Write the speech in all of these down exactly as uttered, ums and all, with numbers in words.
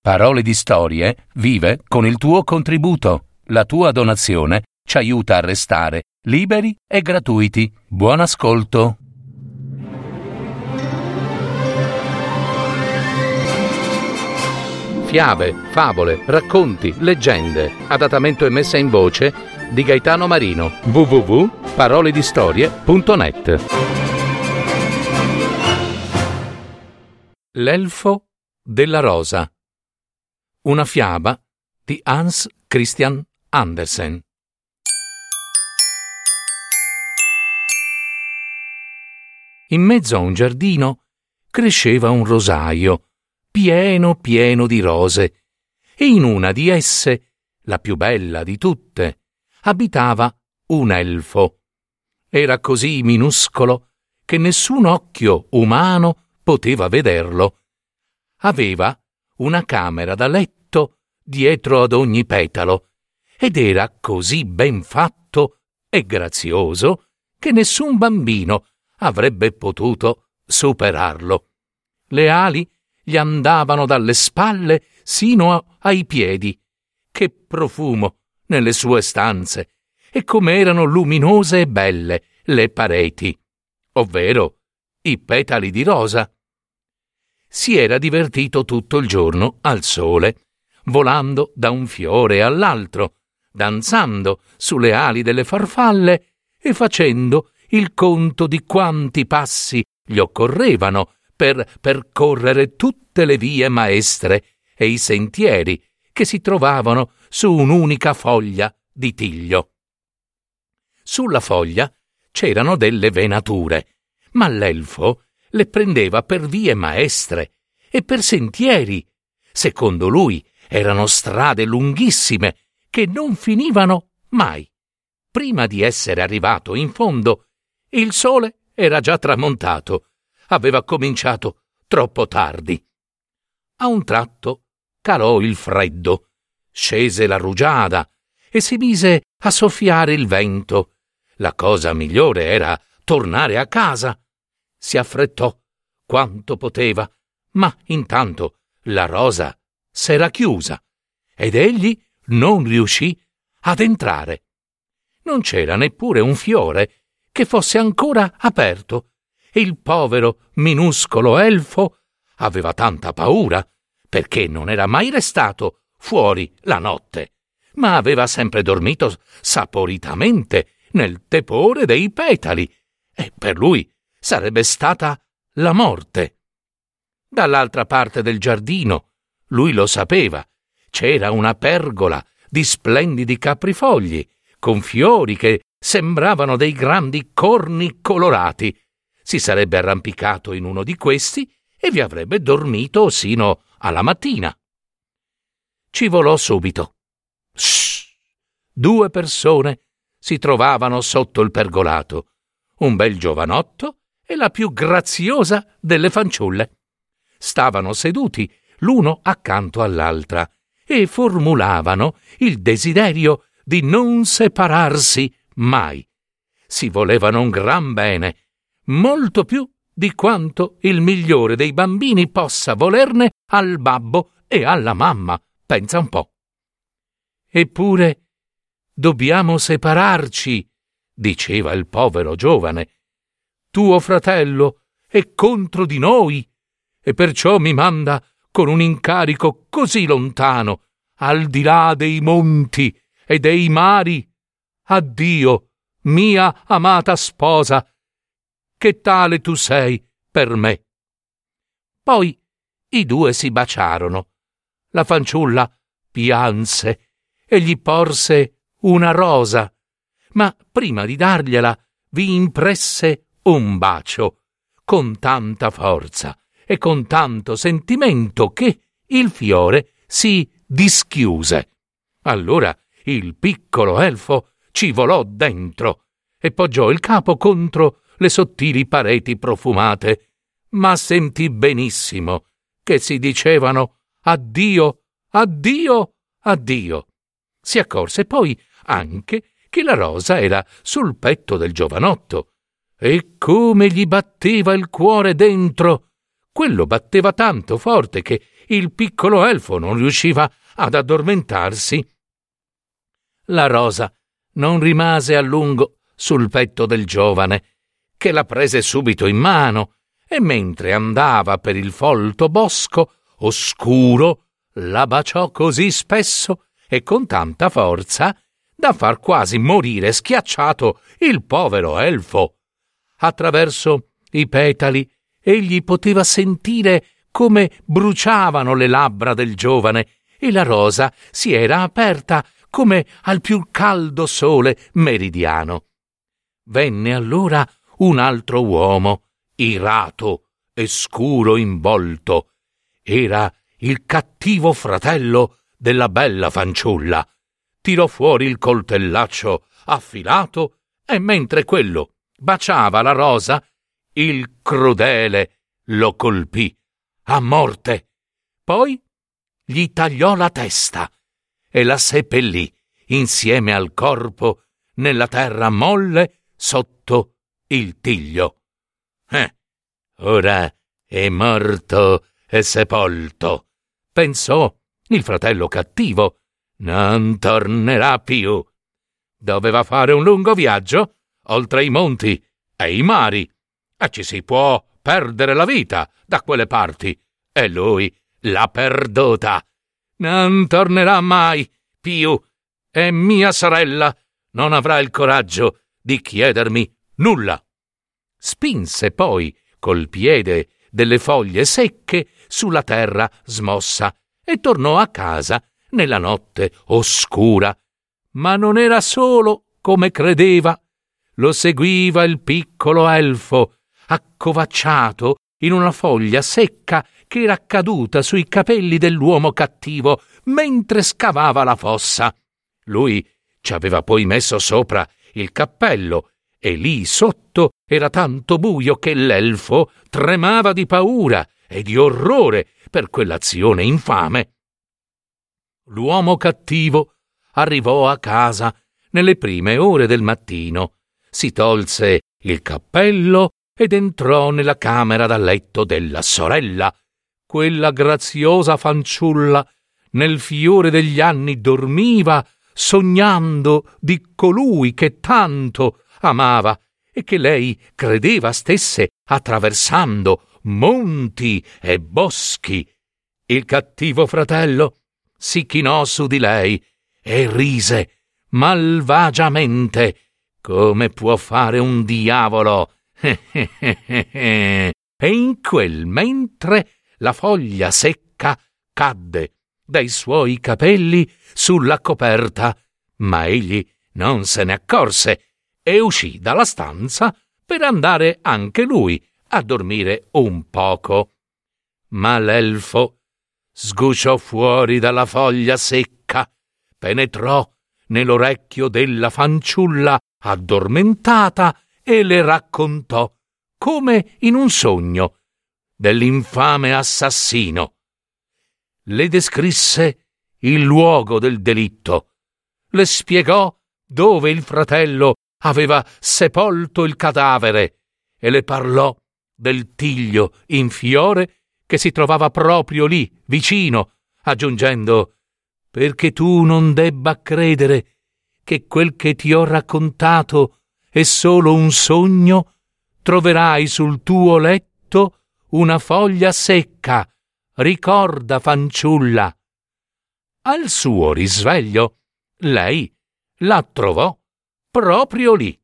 Parole di Storie vive con il tuo contributo. La tua donazione ci aiuta a restare liberi e gratuiti. Buon ascolto. Fiabe, favole, racconti, leggende. Adattamento e messa in voce di Gaetano Marino. w w w punto parole di storie punto net. L'elfo della rosa. Una fiaba di Hans Christian Andersen. In mezzo a un giardino cresceva un rosaio pieno pieno di rose, e in una di esse, la più bella di tutte, abitava un elfo. Era così minuscolo che nessun occhio umano poteva vederlo. Aveva una camera da letto dietro ad ogni petalo ed era così ben fatto e grazioso che nessun bambino avrebbe potuto superarlo. Le ali gli andavano dalle spalle sino ai piedi. Che profumo nelle sue stanze, e come erano luminose e belle le pareti, ovvero i petali di rosa. Si era divertito tutto il giorno al sole, volando da un fiore all'altro, danzando sulle ali delle farfalle e facendo il conto di quanti passi gli occorrevano per percorrere tutte le vie maestre e i sentieri che si trovavano su un'unica foglia di tiglio. Sulla foglia c'erano delle venature, ma l'elfo le prendeva per vie maestre e per sentieri. Secondo lui erano strade lunghissime che non finivano mai. Prima di essere arrivato in fondo, il sole era già tramontato. Aveva cominciato troppo tardi. A un tratto calò il freddo, scese la rugiada e si mise a soffiare il vento. La cosa migliore era tornare a casa. Si affrettò quanto poteva, ma intanto la rosa s'era chiusa ed egli non riuscì ad entrare. Non c'era neppure un fiore che fosse ancora aperto. Il povero, minuscolo elfo aveva tanta paura, perché non era mai restato fuori la notte, ma aveva sempre dormito saporitamente nel tepore dei petali, e per lui sarebbe stata la morte. Dall'altra parte del giardino, lui lo sapeva, c'era una pergola di splendidi caprifogli, con fiori che sembravano dei grandi corni colorati. Si sarebbe arrampicato in uno di questi e vi avrebbe dormito sino alla mattina. Ci volò subito. Shh! Due persone si trovavano sotto il pergolato, un bel giovanotto e la più graziosa delle fanciulle. Stavano seduti l'uno accanto all'altra e formulavano il desiderio di non separarsi mai. Si volevano un gran bene, molto più di quanto il migliore dei bambini possa volerne al babbo e alla mamma, pensa un po'. Eppure dobbiamo separarci, diceva il povero giovane. Tuo fratello è contro di noi e perciò mi manda con un incarico così lontano, al di là dei monti e dei mari. Addio, mia amata sposa, che tale tu sei per me. Poi i due si baciarono. La fanciulla pianse e gli porse una rosa, ma prima di dargliela vi impresse un bacio con tanta forza e con tanto sentimento che il fiore si dischiuse. Allora il piccolo elfo ci volò dentro e poggiò il capo contro le sottili pareti profumate, ma sentì benissimo che si dicevano addio, addio, addio. Si accorse poi anche che la rosa era sul petto del giovanotto, e come gli batteva il cuore dentro quello batteva tanto forte che il piccolo elfo non riusciva ad addormentarsi. La rosa non rimase a lungo sul petto del giovane, che la prese subito in mano e mentre andava per il folto bosco oscuro la baciò così spesso e con tanta forza da far quasi morire schiacciato il povero elfo. Attraverso i petali egli poteva sentire come bruciavano le labbra del giovane e la rosa si era aperta come al più caldo sole meridiano. Venne allora un altro uomo, irato e scuro in volto. Era il cattivo fratello della bella fanciulla. Tirò fuori il coltellaccio affilato e mentre quello baciava la rosa, il crudele lo colpì a morte. Poi gli tagliò la testa e la seppellì insieme al corpo nella terra molle sotto il tiglio. Eh, ora è morto e sepolto, pensò il fratello cattivo. Non tornerà più. Doveva fare un lungo viaggio oltre i monti e i mari e ci si può perdere la vita da quelle parti e lui l'ha perduta. Non tornerà mai più e mia sorella non avrà il coraggio di chiedermi nulla. Spinse poi col piede delle foglie secche sulla terra smossa e tornò a casa nella notte oscura. Ma non era solo come credeva. Lo seguiva il piccolo elfo, accovacciato in una foglia secca che era caduta sui capelli dell'uomo cattivo mentre scavava la fossa. Lui ci aveva poi messo sopra il cappello e lì sotto era tanto buio che l'elfo tremava di paura e di orrore per quell'azione infame. L'uomo cattivo arrivò a casa nelle prime ore del mattino, si tolse il cappello ed entrò nella camera da letto della sorella. Quella graziosa fanciulla nel fiore degli anni dormiva, sognando di colui che tanto amava e che lei credeva stesse attraversando monti e boschi. Il cattivo fratello si chinò su di lei e rise malvagiamente. Come può fare un diavolo? E in quel mentre la foglia secca cadde dai suoi capelli sulla coperta, ma egli non se ne accorse e uscì dalla stanza per andare anche lui a dormire un poco. Ma l'elfo sgusciò fuori dalla foglia secca, penetrò nell'orecchio della fanciulla addormentata e le raccontò, come in un sogno, dell'infame assassino. Le descrisse il luogo del delitto, le spiegò dove il fratello aveva sepolto il cadavere e le parlò del tiglio in fiore che si trovava proprio lì, vicino, aggiungendo: perché tu non debba credere che quel che ti ho raccontato è solo un sogno, troverai sul tuo letto una foglia secca. Ricorda, fanciulla. Al suo risveglio, lei la trovò proprio lì.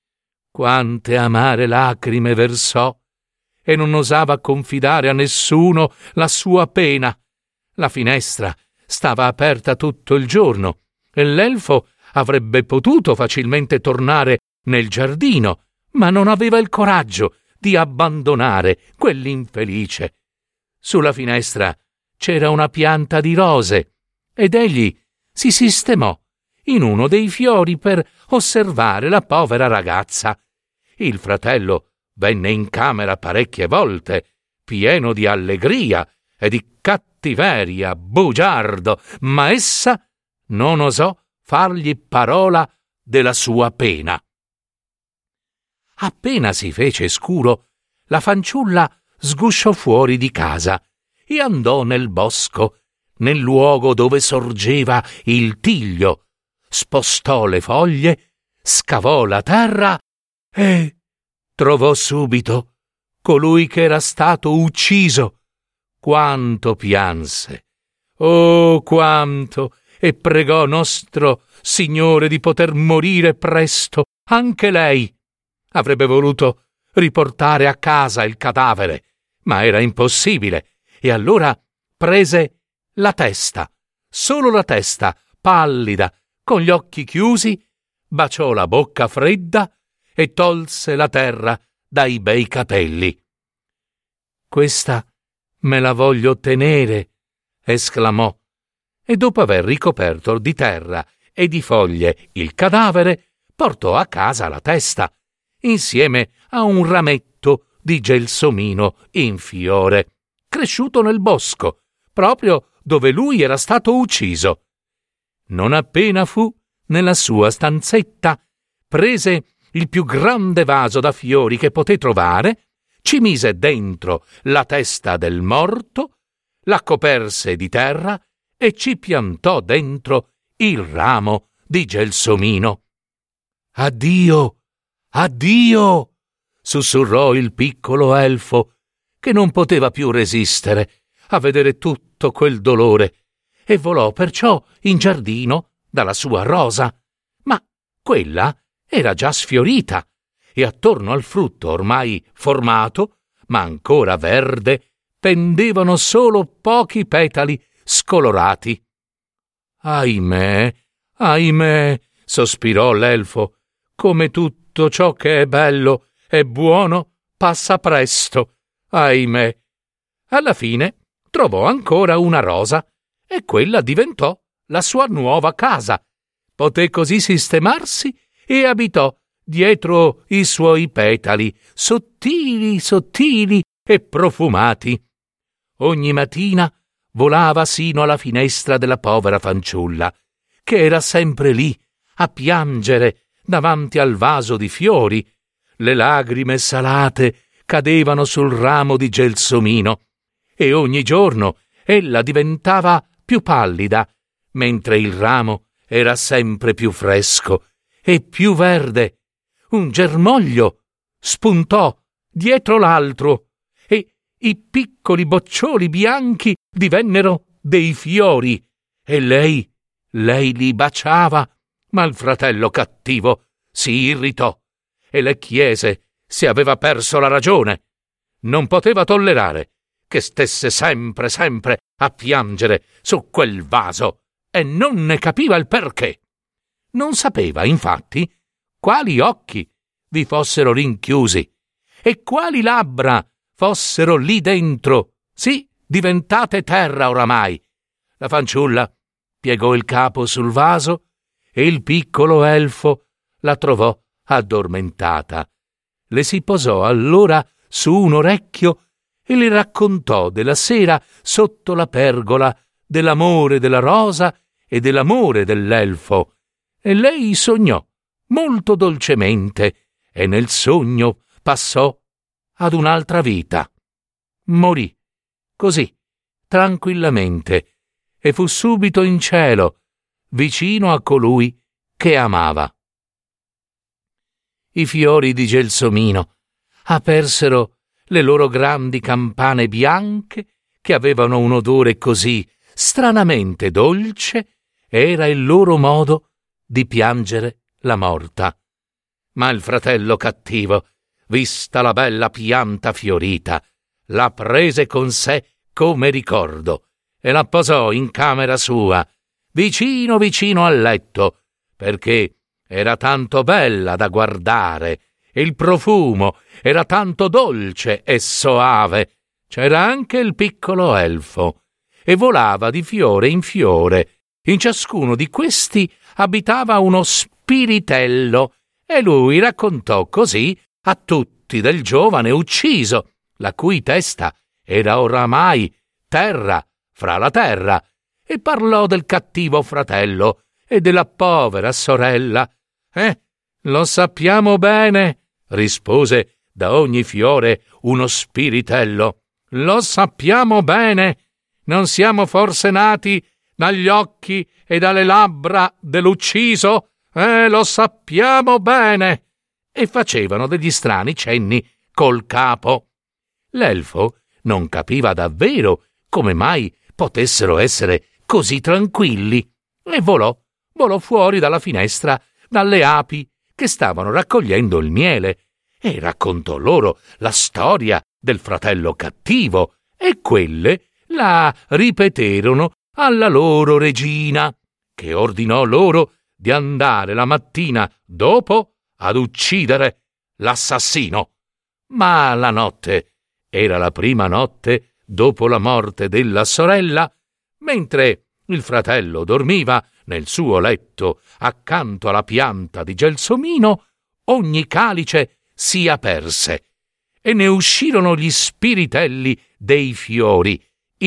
Quante amare lacrime versò e non osava confidare a nessuno la sua pena. La finestra stava aperta tutto il giorno e l'elfo avrebbe potuto facilmente tornare nel giardino, ma non aveva il coraggio di abbandonare quell'infelice. Sulla finestra c'era una pianta di rose ed egli si sistemò in uno dei fiori per osservare la povera ragazza. Il fratello venne in camera parecchie volte, pieno di allegria e di cattiveria, bugiardo, ma essa non osò fargli parola della sua pena. Appena si fece scuro, la fanciulla sgusciò fuori di casa e andò nel bosco, nel luogo dove sorgeva il tiglio, spostò le foglie, scavò la terra e trovò subito colui che era stato ucciso. Quanto pianse, oh quanto, e pregò nostro Signore di poter morire presto anche lei. Avrebbe voluto riportare a casa il cadavere, ma era impossibile, e allora prese la testa, solo la testa, pallida, con gli occhi chiusi, baciò la bocca fredda e tolse la terra dai bei capelli. «Questa me la voglio tenere», esclamò, e dopo aver ricoperto di terra e di foglie il cadavere, portò a casa la testa, insieme a un rametto di gelsomino in fiore, cresciuto nel bosco, proprio dove lui era stato ucciso. Non appena fu nella sua stanzetta, prese il più grande vaso da fiori che poté trovare, ci mise dentro la testa del morto, la coperse di terra e ci piantò dentro il ramo di gelsomino. «Addio, addio!» sussurrò il piccolo elfo, che non poteva più resistere a vedere tutto quel dolore, e volò perciò in giardino dalla sua rosa. Ma quella era già sfiorita, e attorno al frutto ormai formato, ma ancora verde, pendevano solo pochi petali scolorati. «Ahimè, ahimè», sospirò l'elfo, «come tutto ciò che è bello e buono passa presto, ahimè». Alla fine trovò ancora una rosa, e quella diventò la sua nuova casa. Poté così sistemarsi e abitò dietro i suoi petali, sottili, sottili e profumati. Ogni mattina volava sino alla finestra della povera fanciulla, che era sempre lì a piangere davanti al vaso di fiori. Le lagrime salate cadevano sul ramo di gelsomino, e ogni giorno ella diventava più pallida, mentre il ramo era sempre più fresco e più verde. Un germoglio spuntò dietro l'altro, e i piccoli boccioli bianchi divennero dei fiori, e lei, lei li baciava, ma il fratello cattivo si irritò e le chiese se aveva perso la ragione. Non poteva tollerare che stesse sempre, sempre a piangere su quel vaso, e non ne capiva il perché. Non sapeva, infatti, quali occhi vi fossero rinchiusi e quali labbra fossero lì dentro, sì, diventate terra oramai. La fanciulla piegò il capo sul vaso e il piccolo elfo la trovò addormentata. Le si posò allora su un orecchio e le raccontò della sera sotto la pergola, dell'amore della rosa e dell'amore dell'elfo, e lei sognò molto dolcemente, e nel sogno passò ad un'altra vita. Morì così, tranquillamente, e fu subito in cielo, vicino a colui che amava. I fiori di gelsomino apersero le loro grandi campane bianche, che avevano un odore così stranamente dolce, era il loro modo di piangere la morta. Ma il fratello cattivo, vista la bella pianta fiorita, la prese con sé come ricordo e la posò in camera sua, vicino vicino al letto, perché era tanto bella da guardare, e il profumo era tanto dolce e soave. C'era anche il piccolo elfo, e volava di fiore in fiore. In ciascuno di questi abitava uno spiritello, e lui raccontò così a tutti del giovane ucciso, la cui testa era oramai terra fra la terra, e parlò del cattivo fratello e della povera sorella. «Eh, lo sappiamo bene», rispose da ogni fiore uno spiritello. Lo sappiamo bene, non siamo forse nati dagli occhi e dalle labbra dell'ucciso? Eh, lo sappiamo bene! E facevano degli strani cenni col capo. L'elfo non capiva davvero come mai potessero essere così tranquilli e volò, volò fuori dalla finestra dalle api che stavano raccogliendo il miele e raccontò loro la storia del fratello cattivo e quelle la ripeterono alla loro regina, che ordinò loro di andare la mattina dopo ad uccidere l'assassino. Ma la notte era la prima notte dopo la morte della sorella, mentre il fratello dormiva nel suo letto accanto alla pianta di gelsomino, ogni calice si aperse e ne uscirono gli spiritelli dei fiori,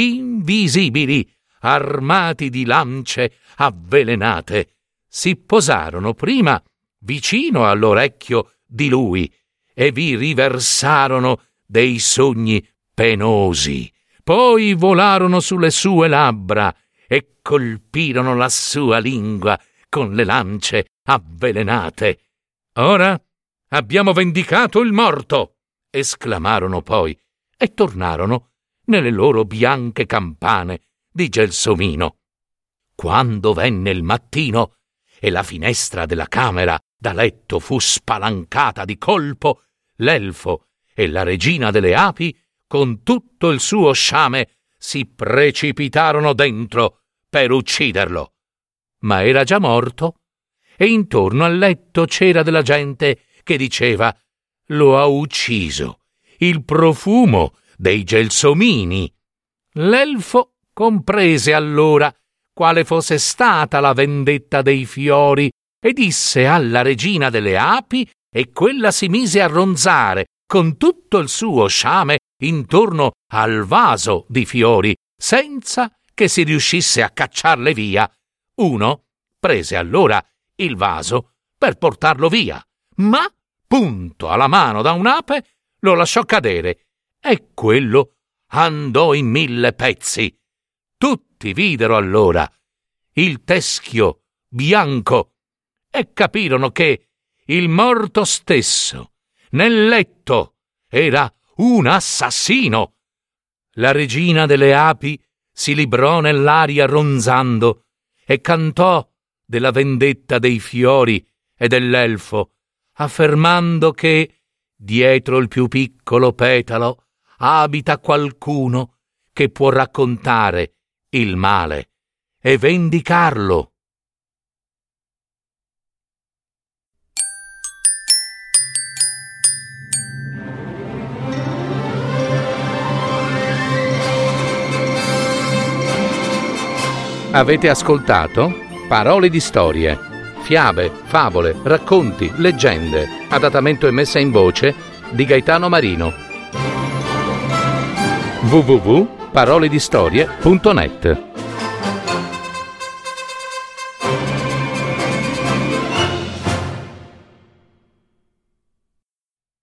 invisibili, armati di lance avvelenate. Si posarono prima vicino all'orecchio di lui e vi riversarono dei sogni penosi. Poi volarono sulle sue labbra e colpirono la sua lingua con le lance avvelenate. «Ora abbiamo vendicato il morto!» esclamarono poi e tornarono nelle loro bianche campane di gelsomino. Quando venne il mattino e la finestra della camera da letto fu spalancata di colpo, l'elfo e la regina delle api, con tutto il suo sciame, si precipitarono dentro per ucciderlo. Ma era già morto e intorno al letto c'era della gente che diceva: «Lo ha ucciso il profumo dei gelsomini». L'elfo comprese allora quale fosse stata la vendetta dei fiori e disse alla regina delle api, e quella si mise a ronzare con tutto il suo sciame intorno al vaso di fiori, senza che si riuscisse a cacciarle via. Uno prese allora il vaso per portarlo via, ma, punto alla mano da un'ape, lo lasciò cadere e quello andò in mille pezzi. Tutti videro allora il teschio bianco e capirono che il morto stesso nel letto era un assassino. La regina delle api si librò nell'aria ronzando e cantò della vendetta dei fiori e dell'elfo, affermando che dietro il più piccolo petalo abita qualcuno che può raccontare il male e vendicarlo. Avete ascoltato Parole di storie, fiabe, favole, racconti, leggende, adattamento e messa in voce di Gaetano Marino. w w w punto paroledistorie punto net